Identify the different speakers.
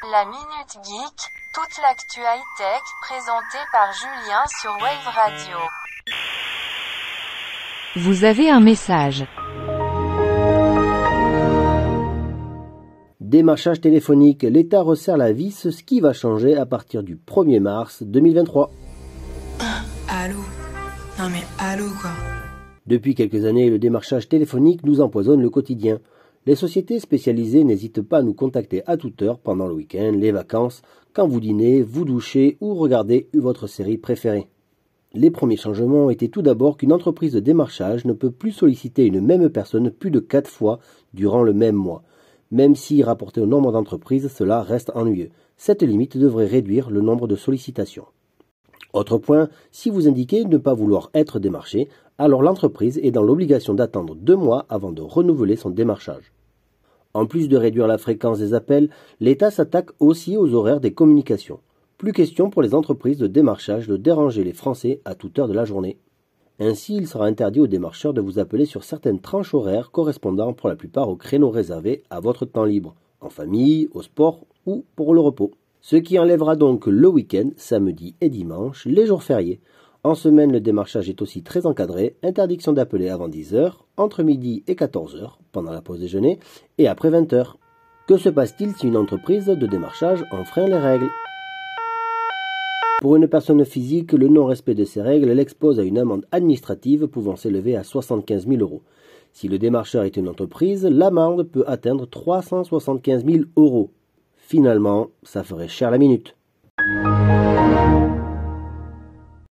Speaker 1: La Minute Geek, toute l'actu high-tech, présentée par Julien sur Wave Radio.
Speaker 2: Vous avez un message.
Speaker 3: Démarchage téléphonique, l'État resserre la vis, ce qui va changer à partir du 1er mars 2023.
Speaker 4: Allô? Non mais allô quoi.
Speaker 3: Depuis quelques années, le démarchage téléphonique nous empoisonne le quotidien. Les sociétés spécialisées n'hésitent pas à nous contacter à toute heure pendant le week-end, les vacances, quand vous dînez, vous douchez ou regardez votre série préférée. Les premiers changements étaient tout d'abord qu'une entreprise de démarchage ne peut plus solliciter une même personne plus de 4 fois durant le même mois. Même si, rapporté au nombre d'entreprises, cela reste ennuyeux. Cette limite devrait réduire le nombre de sollicitations. Autre point, si vous indiquez ne pas vouloir être démarché, alors l'entreprise est dans l'obligation d'attendre 2 mois avant de renouveler son démarchage. En plus de réduire la fréquence des appels, l'État s'attaque aussi aux horaires des communications. Plus question pour les entreprises de démarchage de déranger les Français à toute heure de la journée. Ainsi, il sera interdit aux démarcheurs de vous appeler sur certaines tranches horaires correspondant pour la plupart aux créneaux réservés à votre temps libre, en famille, au sport ou pour le repos. Ce qui enlèvera donc le week-end, samedi et dimanche, les jours fériés. En semaine, le démarchage est aussi très encadré, interdiction d'appeler avant 10h, entre midi et 14h, pendant la pause déjeuner, et après 20h. Que se passe-t-il si une entreprise de démarchage enfreint les règles ? Pour une personne physique, le non-respect de ces règles l'expose à une amende administrative pouvant s'élever à 75 000 €. Si le démarcheur est une entreprise, l'amende peut atteindre 375 000 €. Finalement, ça ferait cher la minute.